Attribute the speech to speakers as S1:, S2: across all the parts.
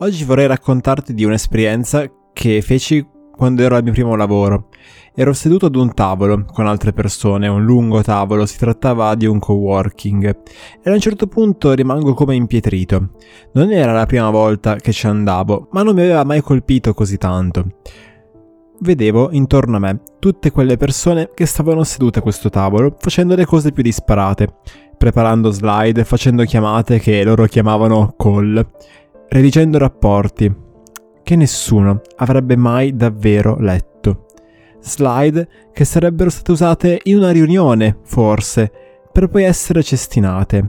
S1: Oggi vorrei raccontarti di un'esperienza che feci quando ero al mio primo lavoro. Ero seduto ad un tavolo con altre persone, un lungo tavolo, si trattava di un coworking, e a un certo punto rimango come impietrito. Non era la prima volta che ci andavo, ma non mi aveva mai colpito così tanto. Vedevo intorno a me tutte quelle persone che stavano sedute a questo tavolo facendo le cose più disparate, preparando slide, facendo chiamate che loro chiamavano call, redigendo rapporti che nessuno avrebbe mai davvero letto. Slide che sarebbero state usate in una riunione, forse, per poi essere cestinate.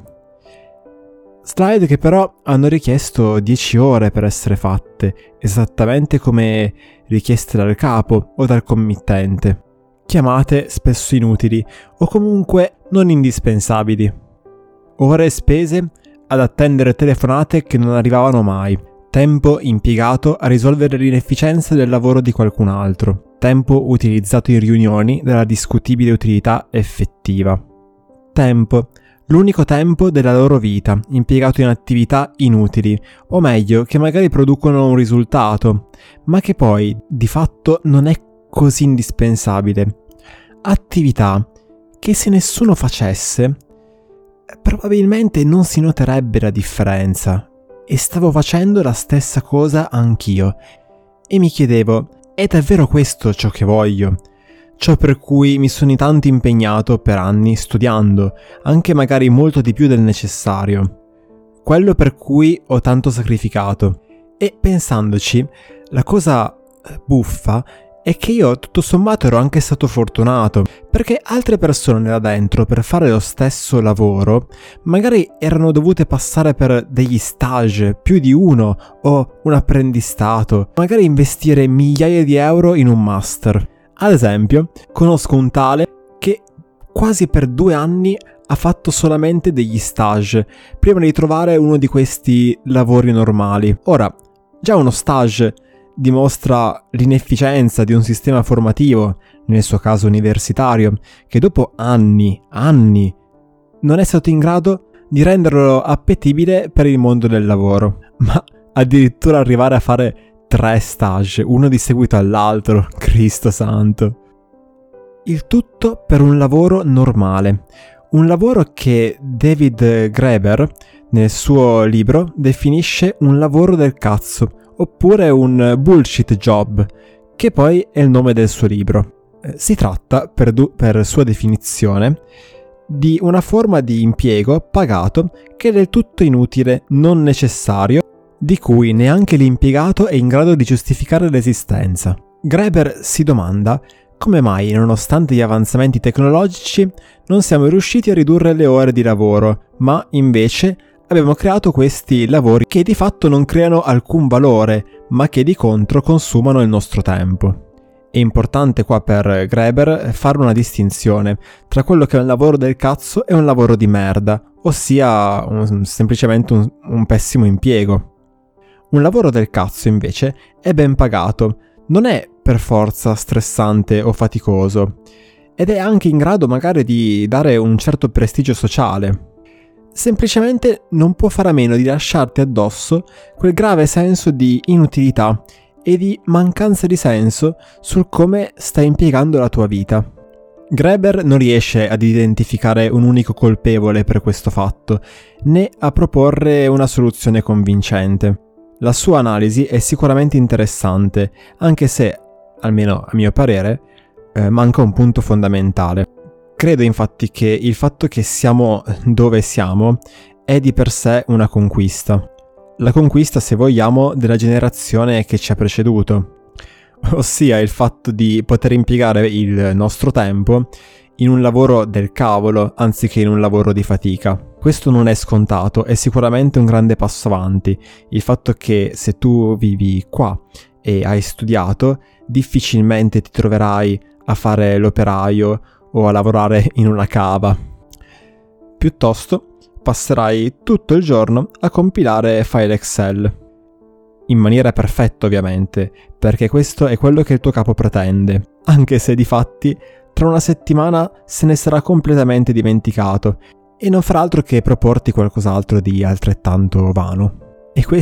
S1: Slide che però hanno richiesto 10 ore per essere fatte, esattamente come richieste dal capo o dal committente. Chiamate spesso inutili o comunque non indispensabili. Ore spese ad attendere telefonate che non arrivavano mai. Tempo impiegato a risolvere l'inefficienza del lavoro di qualcun altro. Tempo utilizzato in riunioni della discutibile utilità effettiva. Tempo. L'unico tempo della loro vita, impiegato in attività inutili, o meglio, che magari producono un risultato, ma che poi, di fatto, non è così indispensabile. Attività che se nessuno facesse, probabilmente non si noterebbe la differenza. E stavo facendo la stessa cosa anch'io. E mi chiedevo, è davvero questo ciò che voglio? Ciò per cui mi sono tanto impegnato per anni studiando, anche magari molto di più del necessario. Quello per cui ho tanto sacrificato. E pensandoci, la cosa buffa è che io tutto sommato ero anche stato fortunato, perché altre persone là dentro per fare lo stesso lavoro magari erano dovute passare per degli stage, più di uno, o un apprendistato, magari investire migliaia di euro in un master. Ad esempio, conosco un tale che quasi per 2 anni ha fatto solamente degli stage, prima di trovare uno di questi lavori normali. Ora, già uno stage dimostra l'inefficienza di un sistema formativo, nel suo caso universitario, che dopo anni non è stato in grado di renderlo appetibile per il mondo del lavoro, ma addirittura arrivare a fare 3 stage, uno di seguito all'altro, Cristo santo. Il tutto per un lavoro normale, un lavoro che David Graeber, nel suo libro, definisce un lavoro del cazzo, oppure un bullshit job, che poi è il nome del suo libro. Si tratta, per sua definizione, di una forma di impiego pagato che è del tutto inutile, non necessario, di cui neanche l'impiegato è in grado di giustificare l'esistenza. Graeber si domanda come mai, nonostante gli avanzamenti tecnologici, non siamo riusciti a ridurre le ore di lavoro, ma invece abbiamo creato questi lavori che di fatto non creano alcun valore, ma che di contro consumano il nostro tempo. È importante qua per Graeber fare una distinzione tra quello che è un lavoro del cazzo e un lavoro di merda, ossia semplicemente un pessimo impiego. Un lavoro del cazzo invece è ben pagato, non è per forza stressante o faticoso, ed è anche in grado magari di dare un certo prestigio sociale. Semplicemente non può fare a meno di lasciarti addosso quel grave senso di inutilità e di mancanza di senso sul come stai impiegando la tua vita. Graeber non riesce ad identificare un unico colpevole per questo fatto, né a proporre una soluzione convincente. La sua analisi è sicuramente interessante, anche se, almeno a mio parere, manca un punto fondamentale. Credo infatti che il fatto che siamo dove siamo è di per sé una conquista. La conquista, se vogliamo, della generazione che ci ha preceduto. Ossia il fatto di poter impiegare il nostro tempo in un lavoro del cavolo anziché in un lavoro di fatica. Questo non è scontato, è sicuramente un grande passo avanti. Il fatto che se tu vivi qua e hai studiato, difficilmente ti troverai a fare l'operaio o a lavorare in una cava. Piuttosto passerai tutto il giorno a compilare file Excel. In maniera perfetta ovviamente, perché questo è quello che il tuo capo pretende, anche se di fatti tra una settimana se ne sarà completamente dimenticato e non farà altro che proporti qualcos'altro di altrettanto vano. E questo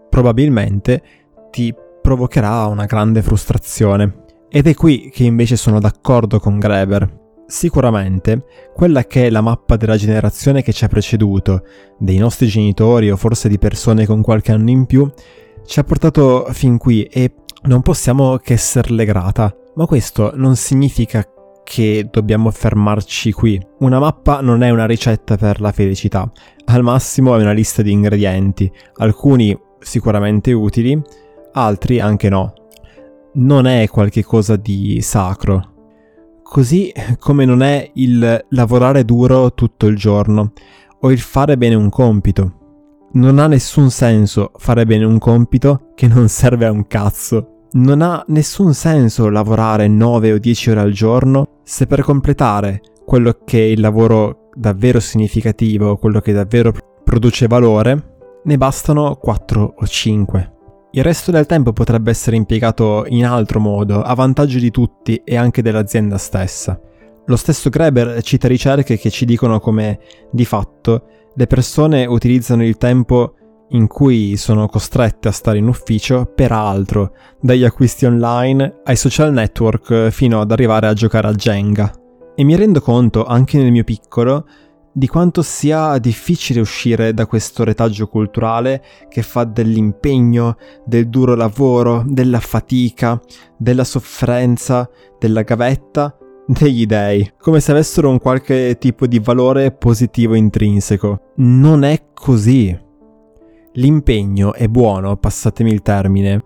S1: probabilmente ti provocherà una grande frustrazione. Ed è qui che invece sono d'accordo con Graeber. Sicuramente quella che è la mappa della generazione che ci ha preceduto, dei nostri genitori o forse di persone con qualche anno in più, ci ha portato fin qui e non possiamo che esserle grata. Ma questo non significa che dobbiamo fermarci qui. Una mappa non è una ricetta per la felicità, al massimo è una lista di ingredienti, alcuni sicuramente utili, altri anche no. Non è qualche cosa di sacro. Così come non è il lavorare duro tutto il giorno o il fare bene un compito. Non ha nessun senso fare bene un compito che non serve a un cazzo. Non ha nessun senso lavorare 9 o 10 ore al giorno se per completare quello che è il lavoro davvero significativo, quello che davvero produce valore, ne bastano 4 o 5. Il resto del tempo potrebbe essere impiegato in altro modo, a vantaggio di tutti e anche dell'azienda stessa. Lo stesso Graeber cita ricerche che ci dicono come, di fatto, le persone utilizzano il tempo in cui sono costrette a stare in ufficio per altro, dagli acquisti online ai social network fino ad arrivare a giocare a Jenga. E mi rendo conto, anche nel mio piccolo, di quanto sia difficile uscire da questo retaggio culturale che fa dell'impegno, del duro lavoro, della fatica, della sofferenza, della gavetta, degli dei, come se avessero un qualche tipo di valore positivo intrinseco. Non è così. L'impegno è buono, passatemi il termine,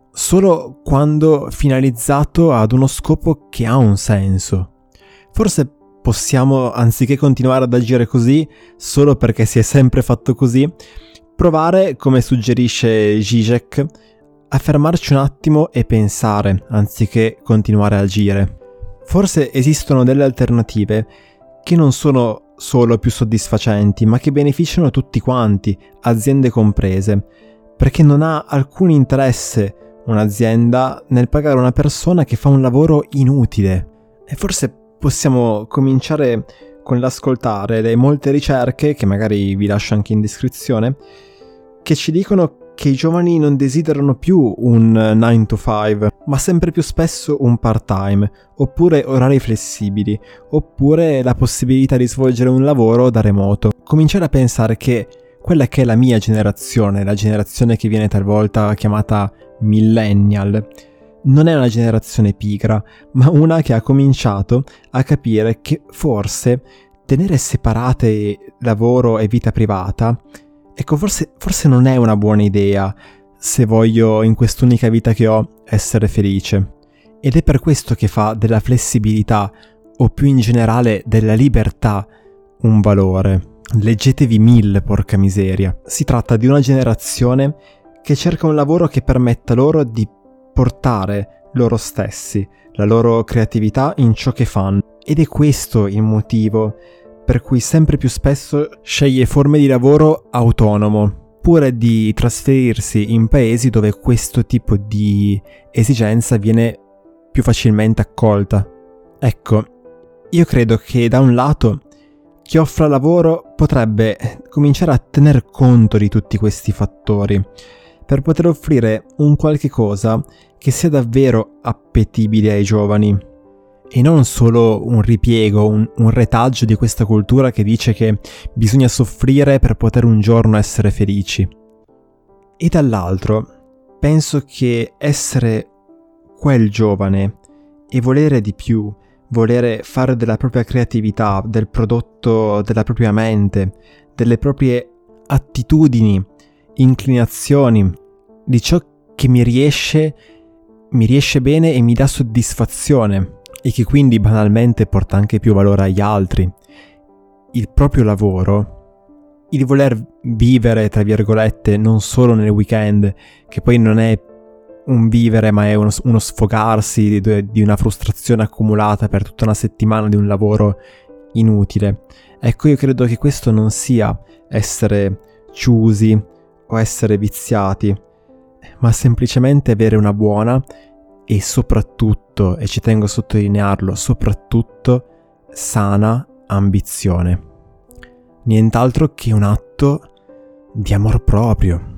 S1: solo quando finalizzato ad uno scopo che ha un senso. Forse possiamo, anziché continuare ad agire così, solo perché si è sempre fatto così, provare, come suggerisce Zizek, a fermarci un attimo e pensare, anziché continuare a agire. Forse esistono delle alternative che non sono solo più soddisfacenti, ma che beneficiano tutti quanti, aziende comprese, perché non ha alcun interesse un'azienda nel pagare una persona che fa un lavoro inutile. E forse possiamo cominciare con l'ascoltare le molte ricerche, che magari vi lascio anche in descrizione, che ci dicono che i giovani non desiderano più un 9 to 5, ma sempre più spesso un part-time, oppure orari flessibili, oppure la possibilità di svolgere un lavoro da remoto. Cominciare a pensare che quella che è la mia generazione, la generazione che viene talvolta chiamata millennial, non è una generazione pigra, ma una che ha cominciato a capire che forse tenere separate lavoro e vita privata, ecco, forse non è una buona idea se voglio in quest'unica vita che ho essere felice. Ed è per questo che fa della flessibilità, o più in generale della libertà, un valore. Leggetevi 1000, porca miseria. Si tratta di una generazione che cerca un lavoro che permetta loro di portare loro stessi, la loro creatività in ciò che fanno. Ed è questo il motivo per cui sempre più spesso sceglie forme di lavoro autonomo, pure di trasferirsi in paesi dove questo tipo di esigenza viene più facilmente accolta. Ecco, io credo che da un lato chi offre lavoro potrebbe cominciare a tener conto di tutti questi fattori, per poter offrire un qualche cosa che sia davvero appetibile ai giovani e non solo un ripiego, un retaggio di questa cultura che dice che bisogna soffrire per poter un giorno essere felici. E dall'altro penso che essere quel giovane e volere di più, volere fare della propria creatività, del prodotto della propria mente, delle proprie attitudini, inclinazioni, di ciò che mi riesce bene e mi dà soddisfazione e che quindi banalmente porta anche più valore agli altri. Il proprio lavoro, il voler vivere, tra virgolette, non solo nel weekend, che poi non è un vivere ma è uno sfogarsi di una frustrazione accumulata per tutta una settimana di un lavoro inutile. Ecco, io credo che questo non sia essere chiusi o essere viziati, ma semplicemente avere una buona e soprattutto, e ci tengo a sottolinearlo, soprattutto sana ambizione. Nient'altro che un atto di amor proprio.